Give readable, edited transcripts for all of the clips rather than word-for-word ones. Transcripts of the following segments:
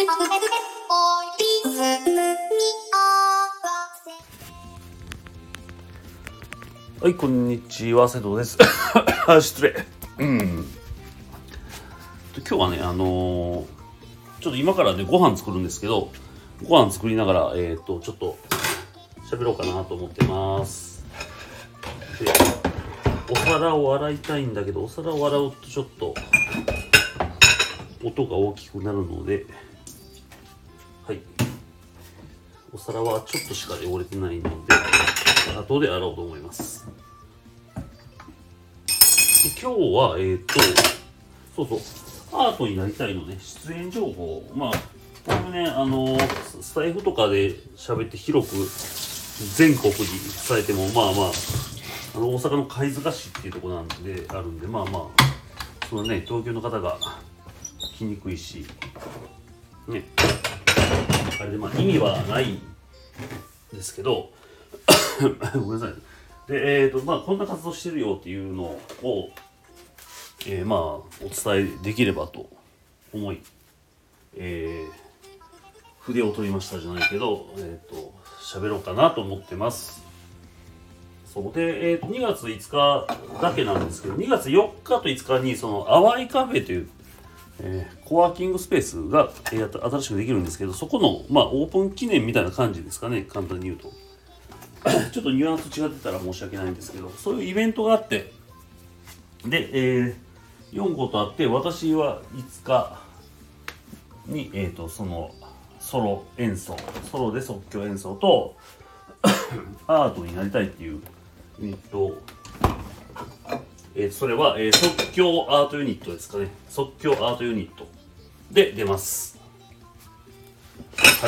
はい、こんにちは、瀬戸です。失礼。今日はね、ちょっと今からね、ご飯作るんですけど、ご飯作りながら、ちょっと喋ろうかなと思ってます。で、お皿を洗いたいんだけど、お皿を洗うとちょっと音が大きくなるので、はい。お皿はちょっとしか汚れてないので、後で洗おうと思います。今日は、アートになりたいのね、出演情報。まあ、これね、スタイフとかで喋って広く全国に伝えても、まあまあ、大阪の貝塚市っていうところなんで、あるんで、まあまあ、そのね、東京の方が来にくいし、ね、あれでまあ意味はないんですけど、ごめんなさい。で、まあ、こんな活動してるよっていうのを、まあ、お伝えできればと思い、筆を取りましたじゃないけど、喋ろうかなと思ってます。そうで、2月5日だけなんですけど、2月4日と5日に、その、淡いカフェという、コワーキングスペースが、新しくできるんですけど、そこの、まあ、オープン記念みたいな感じですかね、簡単に言うと。ちょっとニュアンス違ってたら申し訳ないんですけど、そういうイベントがあって、で、4号とあって、私は5日に、そのソロで即興演奏とアートになりたいっていうユニット、それは、即興アートユニットですかね。即興アートユニットで出ます。はい。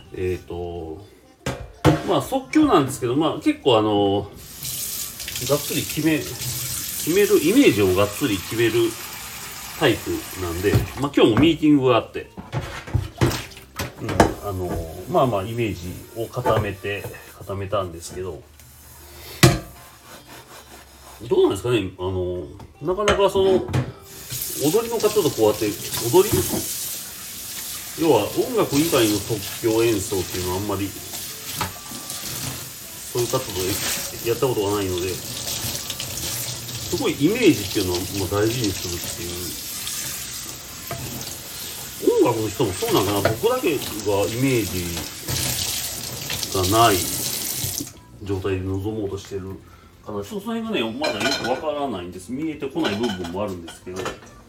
まあ即興なんですけど、まあ結構がっつり決める、イメージをがっつり決めるタイプなんで、まあ今日もミーティングがあって、まあまあイメージを固めたんですけど、どうなんですかね、なかなかその、踊りの方とこうやって、要は音楽以外の即興演奏っていうのはあんまり、そういう活動でやったことがないので、すごいイメージっていうのはもう大事にするっていう。音楽の人もそうなんかな、僕だけがイメージがない状態で臨もうとしてるかな。ちょっとその辺がね、まだよくわからないんです。見えてこない部分もあるんですけど、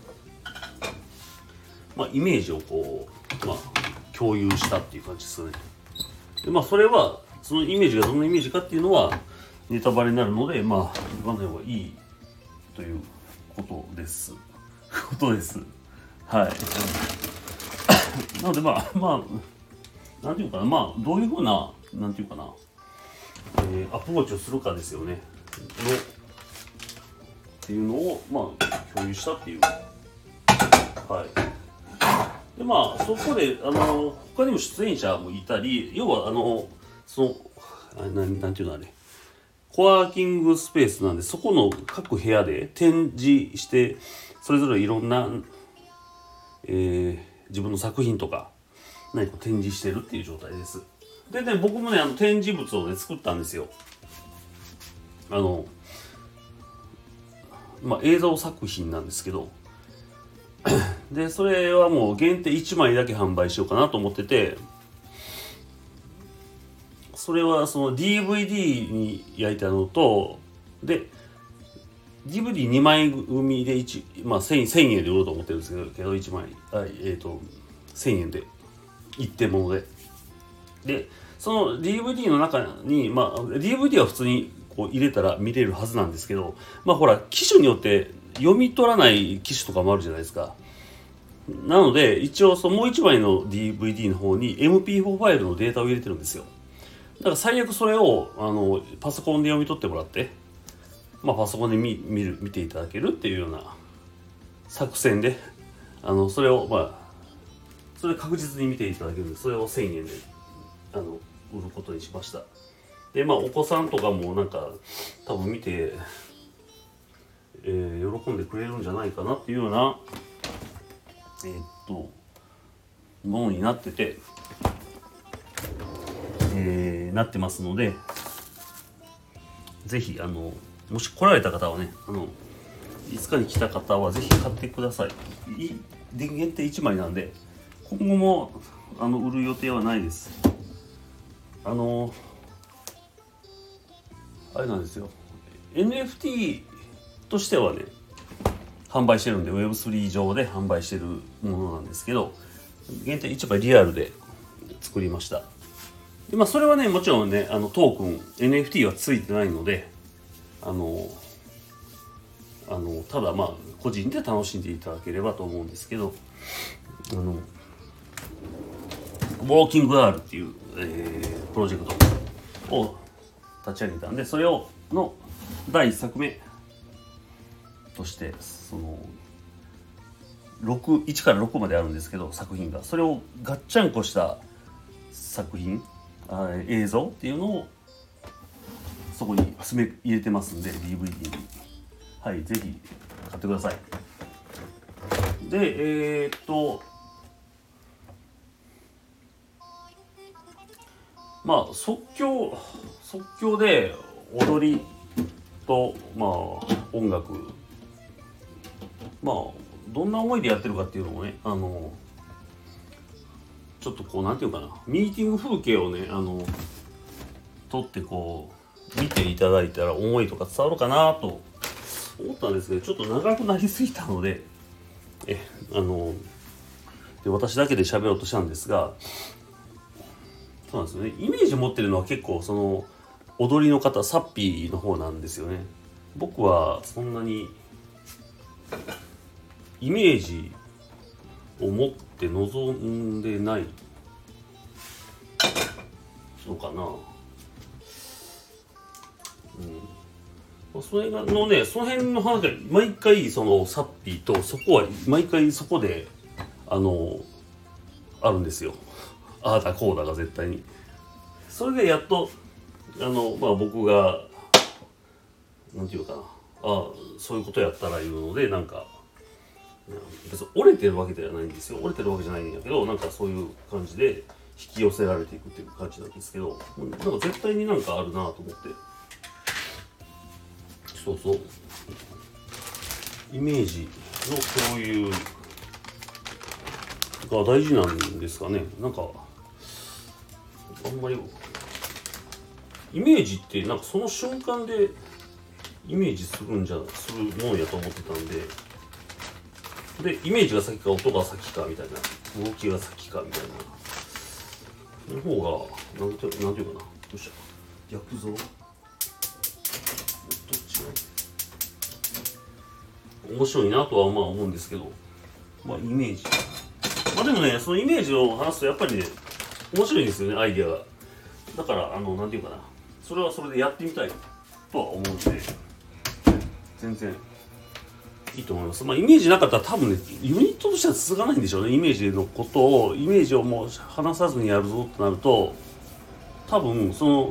まあイメージをこう、まあ共有したっていう感じですよね。で、まあそれは、そのイメージがどんなイメージかっていうのはネタバレになるので、まあ言わない方がいいということです。はい。なのでまあなんていうかな、まあどういうふうななんていうかな、アプローチをするかですよね。っていうのをまあ共有したっていう。はい。でまあそこで他にも出演者もいたり、要はそのなんていうのあれ、コワーキングスペースなんで、そこの各部屋で展示して、それぞれいろんな、自分の作品とか何か展示してるっていう状態です。でね、僕もね展示物をね作ったんですよ。まあ映像作品なんですけど、でそれはもう限定1枚だけ販売しようかなと思ってて、それはその DVD に焼いたのと、で DVD2 枚組でまあ1000円で売ろうと思ってるんですけど、1枚1000円で一点物で、でその DVD の中に、まあ DVD は普通にこう入れたら見れるはずなんですけど、まあほら機種によって読み取らない機種とかもあるじゃないですか。なので一応そのもう1枚の DVD の方に MP4 ファイルのデータを入れてるんですよ。だから最悪それをパソコンで読み取ってもらって、まあ、パソコンで見ていただけるっていうような作戦で、それをそれ確実に見ていただけるんで、それを1000円で売ることにしました。でまあお子さんとかもなんか多分見て、喜んでくれるんじゃないかなっていうようなものになってて、なってますので、ぜひもし来られた方はね、いつかに来た方はぜひ買ってください。電源って1枚なんで、今後も売る予定はないです。あれなんですよ、 NFT としてはね販売してるんで、 Web3 上で販売してるものなんですけど、限定1枚リアルで作りました。で、それはね、もちろんねトークン NFT はついてないので、ただ個人で楽しんでいただければと思うんですけど、ウォーキング R っていう、プロジェクトを立ち上げたんで、それをの第1作目として、1から6まであるんですけど、作品がそれをガッチャンコした作品、映像っていうのをそこに詰め入れてますんで、 DVD に、はい、ぜひ買ってください。で、即興で踊りと音楽、どんな思いでやってるかっていうのをね、ちょっとなんていうかな、ミーティング風景をね撮って見ていただいたら思いとか伝わるかなと思ったんですけど、ちょっと長くなりすぎたので、で私だけで喋ろうとしたんですが、そうなんですよね、イメージ持ってるのは結構踊りの方、サッピーの方なんですよね。僕はそんなにイメージを持って臨んでないのかな。それのね、その辺の話で毎回サッピーとそこは毎回そこであるんですよ。ああだこうだが絶対に。それでやっと僕がなんていうかな、そういうことやったらいうので、別に折れてるわけではないんですよ。折れてるわけじゃないんだけど、そういう感じで引き寄せられていくっていう感じなんですけど、絶対にあるなと思って。そうイメージの共有が大事なんですかね。あんまりイメージってその瞬間でイメージするものやと思ってたんで、イメージが先か音が先かみたいな、動きが先かみたいなの方がなんていうかな、どうした逆像面白いなとは思うんですけど、イメージ、でもね、そのイメージを話すとやっぱりね面白いんですよね、アイデアが。だからなんていうかな、それはそれでやってみたいとは思うんで、全然いいと思います。イメージなかったら多分ね、ユニットとしては続かないんでしょうね。イメージのことを、イメージをもう話さずにやるぞとなると、多分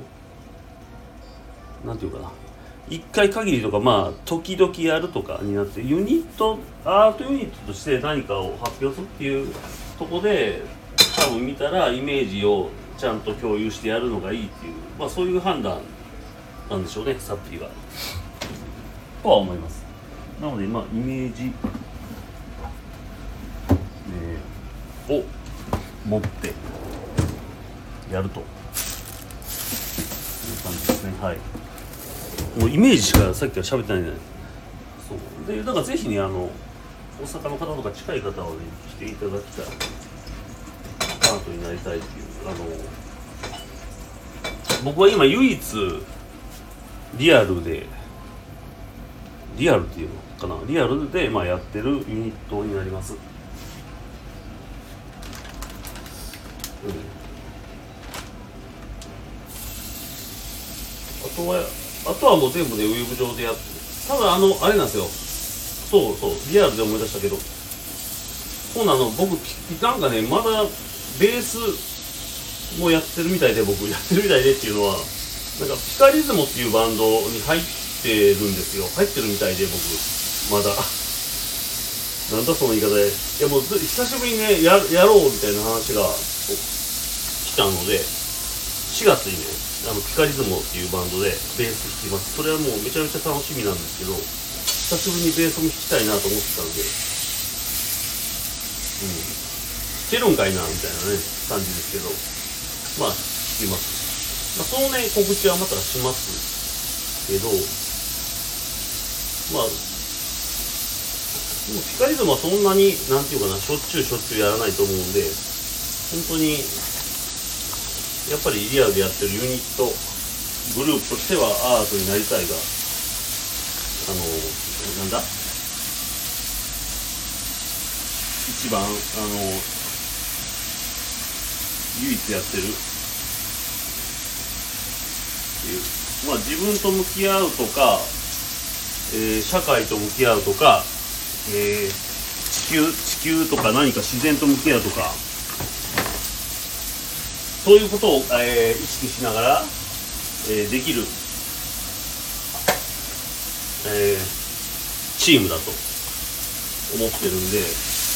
なんていうかな、一回限りとか時々やるとかになって、アートユニットとして何かを発表するっていうところで多分見たら、イメージをちゃんと共有してやるのがいいっていう、そういう判断なんでしょうね、サッピーがとは思います。なのでイメージ、を持ってやるという感じですね。はい、もうイメージしかさっきから喋ってないんで、そうで、だからぜひね、大阪の方とか近い方はね、来ていただきたい、アートになりたいっていう、僕は今唯一リアルっていうのかな、リアルでやってるユニットになります。あとはもう全部でウェブ上でやって、ただあれなんですよ、リアルで思い出したけど、僕まだベースもやってるみたいで、僕やってるみたいでっていうのは、ピカリズモっていうバンドに入ってるんですよ。入ってるみたいで、僕まだなんだその言い方で、いやもう久しぶりにね、やろうみたいな話が来たので、4月にね、ピカリズモっていうバンドでベース弾きます。それはもうめちゃめちゃ楽しみなんですけど、久しぶりにベースも弾きたいなと思ってたんで、弾けるんかいなみたいなね、感じですけど、まあ、弾きます。そのね、告知はまたしますけど、まあ、でもピカリズムはそんなに、なんていうかな、しょっちゅうやらないと思うんで、本当に、やっぱりリアルでやってるユニット、グループとしてはアートになりたいが、なんだ一番、唯一やってるっていう、まあ自分と向き合うとか、社会と向き合うとか、地球とか何か自然と向き合うとか、そういうことを、意識しながら、できる、チームだと思ってるんで、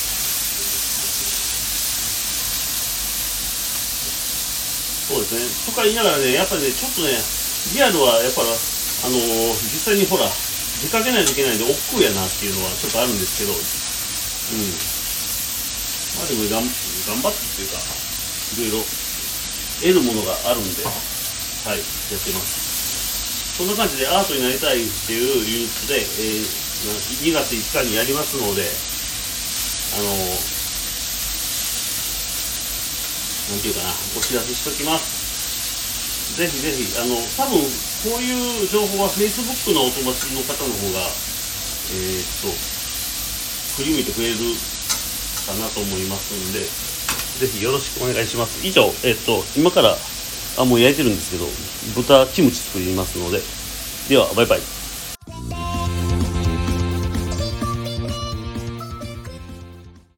そうですね。とか言いながらね、やっぱりね、ちょっとね、リアルはやっぱ実際にほら、出かけないといけないんで、億劫やなっていうのはちょっとあるんですけど、まあでも頑張ってっていうか、いろいろ得るものがあるんで、はい、やってます。そんな感じでアートになりたいっていうユニットで、2月5日にやりますので、なんていうかな、お知らせしときます。ぜひぜひ、多分、こういう情報は Facebook のお友達の方の方が、振り向いてくれるかなと思いますので、ぜひよろしくお願いします。以上、今から、もう焼いてるんですけど、豚キムチ作りますので、では、バイバイ。